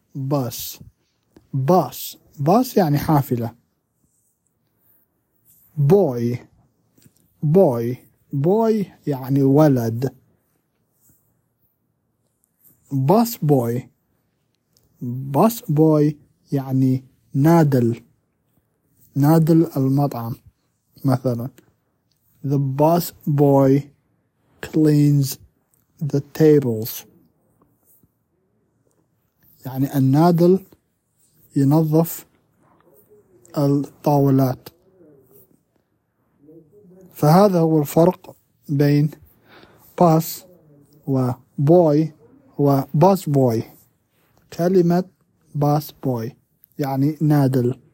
bus. bus يعني حافلة. boy يعني ولد. bus boy يعني نادل المطعم مثلا. the bus boy cleans the tables. يعني النادل ينظف الطاولات. فهذا هو الفرق بين bus وboy وbus boy. كلمة bus boy يعني نادل.